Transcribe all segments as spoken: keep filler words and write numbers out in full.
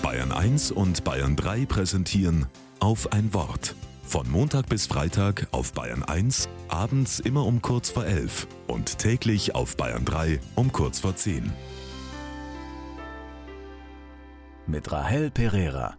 Bayern eins und Bayern drei präsentieren Auf ein Wort. Von Montag bis Freitag auf Bayern eins, abends immer um kurz vor elf und täglich auf Bayern drei um kurz vor zehn. Mit Rahel Pereira.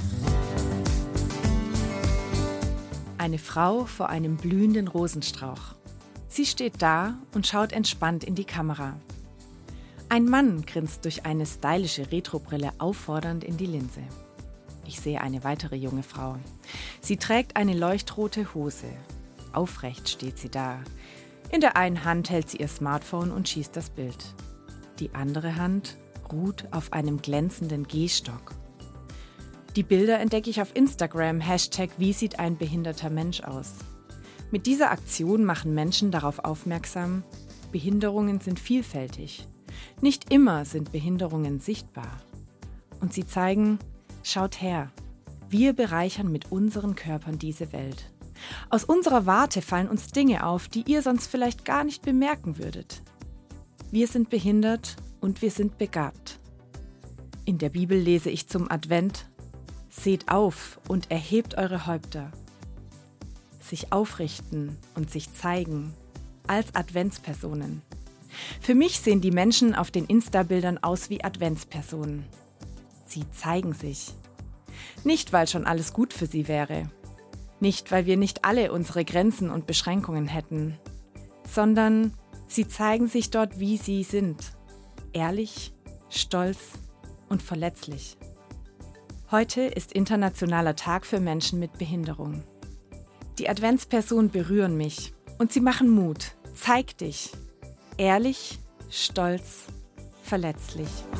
Eine Frau vor einem blühenden Rosenstrauch. Sie steht da und schaut entspannt in die Kamera. Ein Mann grinst durch eine stylische Retrobrille auffordernd in die Linse. Ich sehe eine weitere junge Frau. Sie trägt eine leuchtrote Hose. Aufrecht steht sie da. In der einen Hand hält sie ihr Smartphone und schießt das Bild. Die andere Hand ruht auf einem glänzenden Gehstock. Die Bilder entdecke ich auf Instagram, Hashtag Wie sieht ein behinderter Mensch aus? Mit dieser Aktion machen Menschen darauf aufmerksam, Behinderungen sind vielfältig. Nicht immer sind Behinderungen sichtbar. Und sie zeigen, schaut her, wir bereichern mit unseren Körpern diese Welt. Aus unserer Warte fallen uns Dinge auf, die ihr sonst vielleicht gar nicht bemerken würdet. Wir sind behindert und wir sind begabt. In der Bibel lese ich zum Advent: Seht auf und erhebt eure Häupter. Sich aufrichten und sich zeigen als Adventspersonen. Für mich sehen die Menschen auf den Insta-Bildern aus wie Adventspersonen. Sie zeigen sich. Nicht, weil schon alles gut für sie wäre. Nicht, weil wir nicht alle unsere Grenzen und Beschränkungen hätten. Sondern sie zeigen sich dort, wie sie sind. Ehrlich, stolz und verletzlich. Heute ist Internationaler Tag für Menschen mit Behinderung. Die Adventspersonen berühren mich und sie machen Mut. Zeig dich. Ehrlich, stolz, verletzlich.